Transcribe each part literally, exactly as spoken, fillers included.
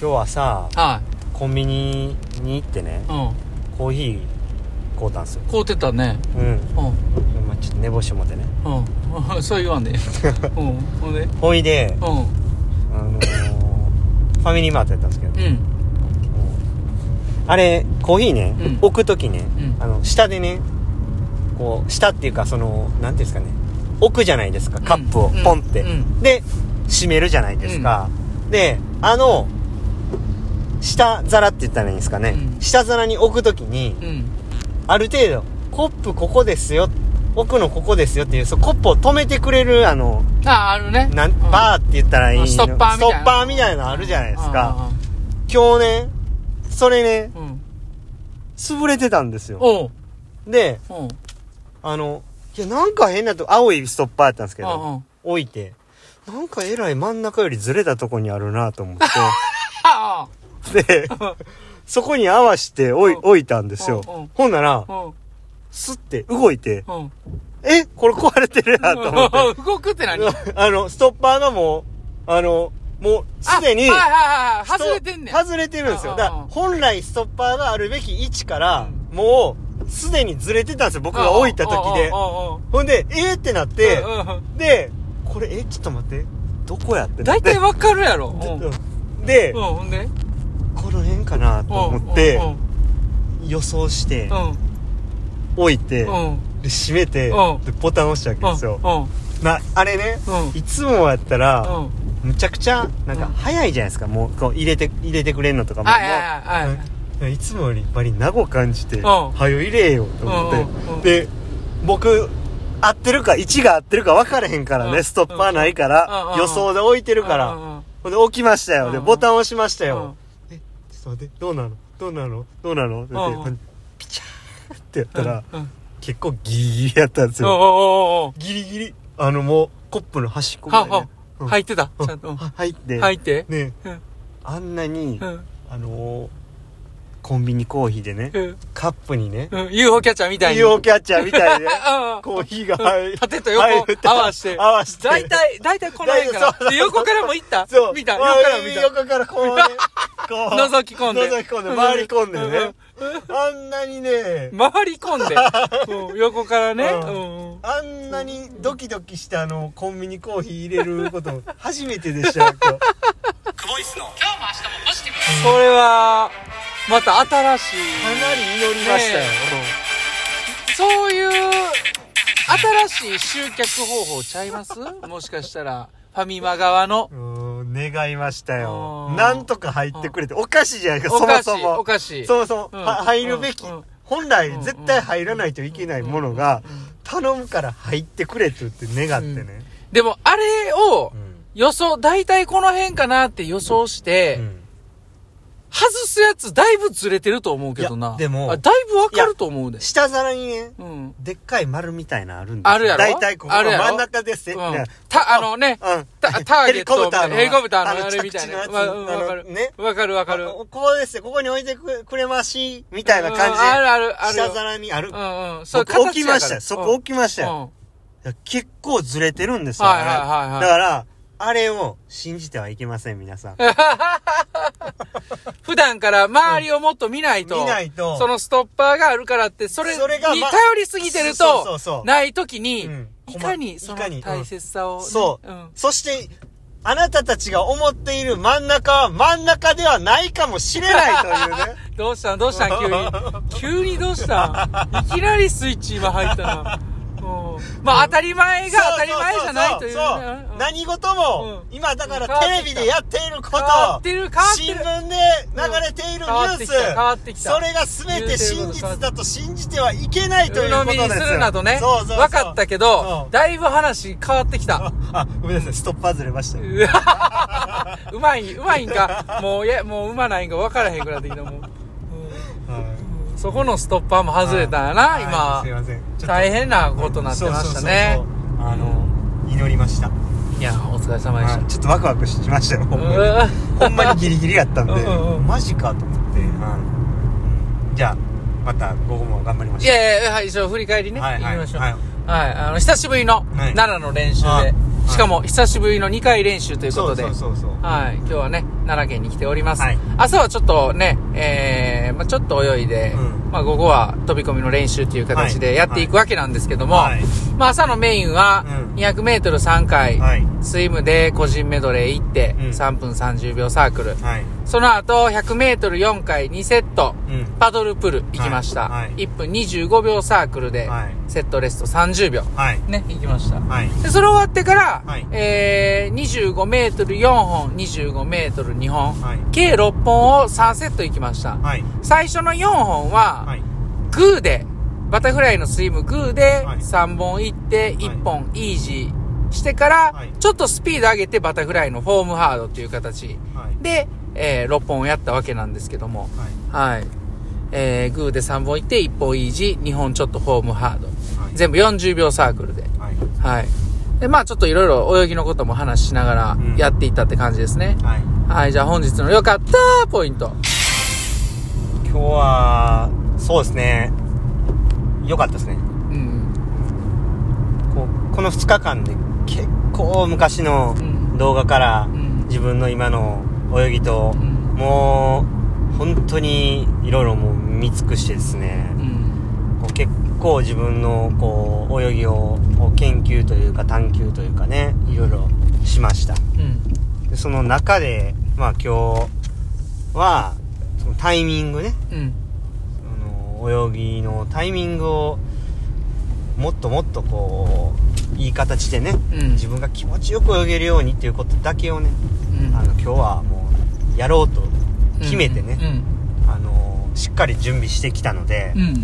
日はさ、 はい、 コンビニに行ってね、 うん、 コーヒー買うたんすよ。 買うてたね。 うん、うん、 まあ、ちょっと寝坊してもってね、 うん、そう言わんで、うん、ほんでほいで、 うん、 あのー、ファミリーマートやったんですけど、 うん、 あれコーヒーね、うん、置くときね、うん、あの下でね、こう下っていうか、そのなんていうんですかね、置くじゃないですか、カップをポンって、うんうん、で閉めるじゃないですか、うん、であの下皿って言ったらいいんですかね、うん、下皿に置くときに、うん、ある程度コップここですよ、奥のここですよっていう、そコップを止めてくれる、あのああるね、 なん、うん、バーって言ったらいいの、 ストッパーみたいなストッパーみたいなのあるじゃないですか。今日ねそれね、うん、潰れてたんですよ。 おうで、 おうあのいやなんか変なと、青いストッパーやったんですけど、 おう置いて、なんかえらい真ん中よりずれたとこにあるなと思ってでそこに合わせて置い、置いたんですよ。ほんならスッて動いて、えこれ壊れてるやと思って動くって何あのストッパーがもうあのもうすでに、 はいはいはい、外れてんねん。 外れてるんですよ。だから本来ストッパーがあるべき位置から、うん、もうすでにずれてたんですよ、僕が置いた時で。ほんでえーってなって、でこれえちょっと待って、どこやってなって、 大体わかるやろ。 で、 うん、ほんでこの辺かなと思って予想して置いて、で閉めて、でボタン押したわけですよ。なあれね、いつもやったらむちゃくちゃなんか早いじゃないですか、もうこう入れて入れてくれんのとかも、 はいはいはいはい、 いつもよりバリナゴ感じて、はよ入れよと思って、うんうん、で僕合ってるか位置が合ってるか分からへんからね、うん、ストッパーないから、うん、予想で置いてるから、うん、ほんで置きましたよ、うん、でボタン押しましたよ、うん、えちょっと待って、どうなのどうなのどうなのって言って、うん、ピチャーってやったら、うん、結構ギリギリやったんですよ、 うん、 ギリギリ、あのもうコップの端っこぐらいね、ははうん、入ってた、ちゃんと入って入ってね、 うん、 あんなに、うん、あのーコンビニコーヒーでね、うん、カップにね、 うん、ユーフォー キャッチャーみたいにユーフォー キャッチャーみたいで、コーヒーが入縦と横合わして合わして大体大体この辺からで横からも行ったそう見た横から見た横からこうねこう覗き込んで覗き込んで回り込んでねあんなにね回り込んで、うん、横からね、 うんうん、あんなにドキドキしてあのコンビニコーヒー入れること初めてでしたよ。今日クボイスの今日も明日もポジティブ。 それはまた新しい、 かなり祈りましたよ、ね、 そういう新しい集客方法ちゃいます？もしかしたらファミマ側のうーん願いましたよ。なんとか入ってくれて、おかしいじゃないですか、そもそもおかしいそもそも、うん、入るべき、うん、本来絶対入らないといけないものが頼むから入ってくれって言って願ってね、うん、 でもあれを予想、大体この辺かなって予想して、うん、外すやつだいぶずれてると思うけどな。 でもあだいぶわかると思うで。 下皿にね、うん、でっかい丸みたいなあるんですよ。 あるやろ。 だいたいここの真ん中ですね、 うん、たあのね、うん、たターゲットヘリコプターのヘリコプターのあれみたいな。 わ、うん、かるね。 わかるわかる。 ここですね、ここに置いてくれましみたいな感じで、 うん、あるあるある。 下皿にある。 うんうん。 そう置きましたよ。そこ置きましたよ。うん、いや結構ずれてるんですよ。 はいはいはいはい。 だからあれを信じてはいけません、皆さん。 普段から周りをもっと見ないと、うん、見ないと、そのストッパーがあるからって、それに頼りすぎてると、ない時に、うん、いかにその大切さを、ね、 そう、うん。そして、あなたたちが思っている真ん中は真ん中ではないかもしれないというね。 どうしたんどうしたん急に。急にどうしたんいきなりスイッチ今入ったな。まあ当たり前が当たり前じゃないという、ね、そうそうそう、 うん、何事も、うん、今だからテレビでやっていること、新聞で流れているニュース、 変わってきた、 それが全て真実だと信じてはいけないということですよ。鵜呑みにするなとね。そうそうそう、分かったけど、だいぶ話変わってきた。 あ、ごめんなさい、ストッパーずれました。 うまい、うまいんか、もういや、もううまないんか分からへんくなってきたもん。そこのストッパーも外れたんやな、今。 すいません。 大変なことになってましたね。 そうそうそうそう、あの、祈りました。 いや、お疲れ様でした。 ちょっとワクワクしましたよ、ほんまに。ほんまにギリギリやったんで、マジかと思って。うん、じゃあ、また午後も頑張りましょう。 いやいや、はい、一応振り返りね、 はいはい、 行きましょう。はい、はい、あの、久しぶりの奈良の練習で。 しかも久しぶりのにかい練習ということで、 そうそうそうそう、 はい、今日はね奈良県に来ております、はい、朝はちょっとね、えーまあ、ちょっと泳いで、うんまあ、午後は飛び込みの練習という形でやっていくわけなんですけども、はいはいまあ、朝のメインはにひゃくメートルさんかい、はい、スイムで個人メドレー行って、うん、さんぷんさんじゅうびょうサークル、はい、その後ひゃくメートルよんかいにセット、うん、パドルプル行きました、はいはい、いっぷんにじゅうごびょうサークルで、はい、セットレストさんじゅうびょう、はい、ね行きました、はい、でそれ終わってから、はいえー、にじゅうごメートルよんほんにじゅうごメートルにほん、はい、計ろっぽんをさんセット行きました、はい、最初のよんほんは、はい、グーでバタフライのスイムグーでさんぼん行っていっぽんイージーしてからちょっとスピード上げてバタフライのフォームハードっていう形で、えー、ろっぽんをやったわけなんですけども、はい、はいえー、グーでさんぼん行っていっぽんイージーにほんちょっとフォームハード、はい、全部よんじゅうびょうサークルで、はいはい、でまあちょっといろいろ泳ぎのことも話しながらやっていったって感じですね、うん、はい、はい、じゃあ本日の良かったポイント。 今日はそうですね良かったですね、うん、こ, このふつかかんで結構昔の動画から自分の今の泳ぎと、うん、もう本当にいろいろもう見尽くしてですね、うん、こう結構自分のこう泳ぎを研究というか探求というかねいろいろしました、うん、でその中でまあ今日はそのタイミングね、うん泳ぎのタイミングをもっともっとこういい形でね、うん、自分が気持ちよく泳げるようにっていうことだけをね、うん、あの今日はもうやろうと決めてね、うんうん、あのしっかり準備してきたので、うんうん、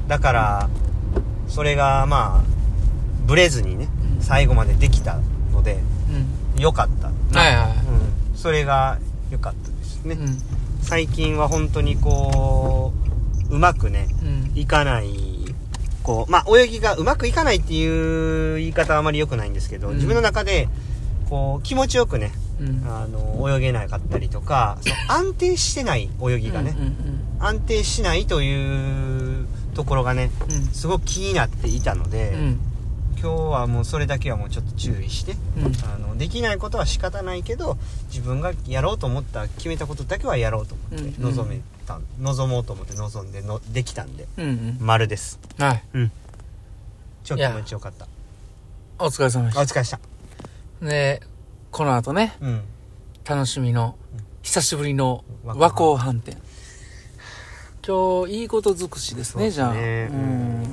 だからそれがまあブレずにね、うん、最後までできたので、うん、よかった、はいはいはいうん、それがよかったですね、うん、最近は本当にこううまくね、うん、いかないこうまあ泳ぎがうまくいかないっていう言い方はあまり良くないんですけど、うん、自分の中でこう気持ちよくね、うん、あの泳げなかったりとかその安定してない泳ぎがね、うんうんうん、安定しないというところがね、うん、すごく気になっていたので、うん、今日はもうそれだけはもうちょっと注意して、うん、あのできないことは仕方ないけど自分がやろうと思った決めたことだけはやろうと思って臨めた、うんうん、望もうと思って望んでのできたんで、うんうん、丸です。はい。うん。超気持ちよかった。 お疲れ様でした。 お疲れでした。 でこの後ね、うん、楽しみの、うん、久しぶりの和光飯店。今日いいこと尽くしですね。じゃあ、うん、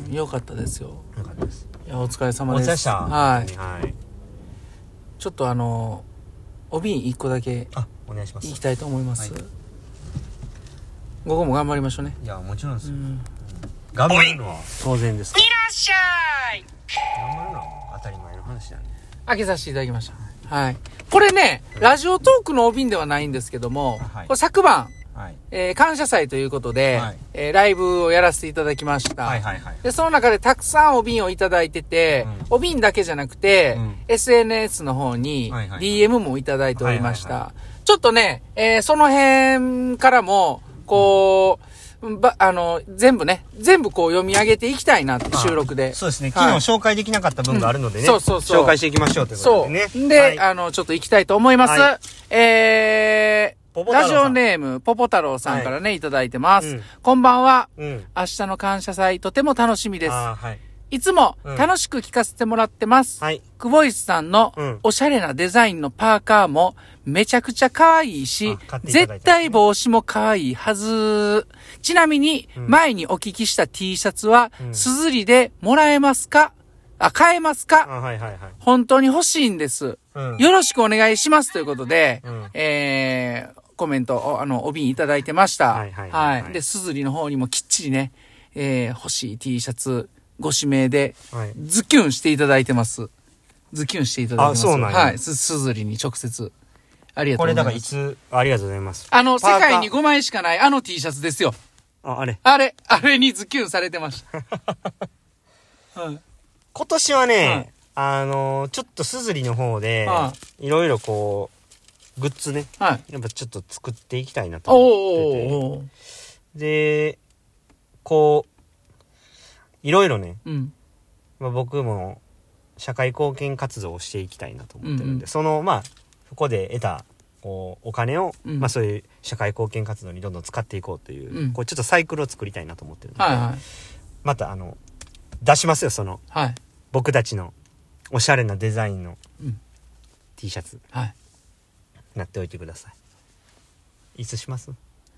よかったですよ。よかったです。いやお疲れ様です。 お疲れでした。 はい。はい。ちょっとあのお瓶一個だけお願いします。 行きたいと思います。はい、午後も頑張りましょうね。 いやもちろんですよ。うん、頑張るのは当然です。 いらっしゃい。 頑張るのは当たり前の話なんで。 開けさせていただきました。はい。これね、うん、ラジオトークのお瓶ではないんですけども、はい、これ昨晩。はいえー、感謝祭ということで、はいえー、ライブをやらせていただきました、はいはいはい、でその中でたくさんお瓶をいただいてて、うん、お瓶だけじゃなくて、うん、エスエヌエス の方に ディーエム もいただいておりました、はいはいはい、ちょっとね、えー、その辺からもこう、うん、ばあの全部ね全部こう読み上げていきたいなって収録でそうですね、はい、昨日紹介できなかった分があるのでね、うん、そうそうそう紹介していきましょうということでねそうで、はい、あのちょっといきたいと思います、はい、えーラジオネームポポ太郎さんからね、はい、いただいてます、うん、こんばんは、うん、明日の感謝祭とても楽しみです、はい、いつも楽しく聞かせてもらってます、うん、クボイスさんのおしゃれなデザインのパーカーもめちゃくちゃ可愛いし、絶対帽子も可愛いはず。ちなみに前にお聞きした T シャツはすずりでもらえますか、あ、買えますか、あ、はいはいはい、本当に欲しいんです、うん、よろしくお願いしますということで、うん、えーコメント、あの、お瓶いただいてました。はいはいはい、はい。で、すずりの方にもきっちりね、えー、欲しい T シャツ、ご指名で、はい、ズキュンしていただいてます。ズキュンしていただいてます。あ、そうなんや。はい。す、すずりに直接。ありがとうございます。これだからいつ、 ありがとうございます。 あの、世界にごまいしかないあの T シャツですよ。 あ、あれ。 あれ、あれにズキュンされてました。 うん、今年はね、うん、あのー、ちょっとすずりの方で、いろいろこう、グッズね、はい、やっぱちょっと作っていきたいなと思ってて、おーおーでこういろいろね、うんまあ、僕も社会貢献活動をしていきたいなと思ってるんで、うんうん、そのまあそこで得たこうお金を、うん、まあそういう社会貢献活動にどんどん使っていこうという、うん、こうちょっとサイクルを作りたいなと思ってるので、 はいはい、 またあの出しますよその、はい、僕たちのおしゃれなデザインの T シャツ、はい、なっておいてください。いつします？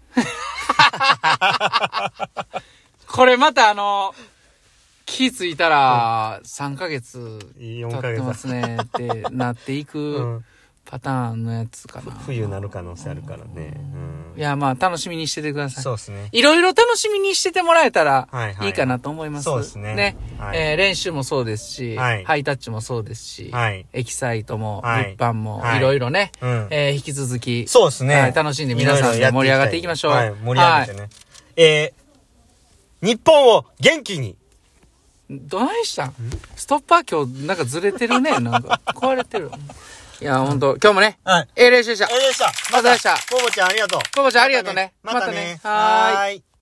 これまたあの気づいたらさんかげつ経ってますねってなっていくパターンのやつかな。 冬なる可能性あるからね、 うん、いやまあ楽しみにしててください。 そうですね、 いろいろ楽しみにしててもらえたらいいかなと思います。 そうですね、 ね、はい、えー、練習もそうですし、はい、ハイタッチもそうですし、はい、エキサイトも、はい、日版も、はい、いろいろね、うん、えー、引き続きそうですね、 はい、楽しんで皆さんで盛り上がっていきましょう。 はい、盛り上げてね、はい、えー、日本を元気に。 どないしたん？ストッパー今日なんかずれてるね。なんか壊れてる。いや、ほんと、今日もね、はい、ええ練習でした。 ええでした。 またでした。 コボちゃんありがとう。 コボちゃんありがとうね。 またね。 またね。はーい。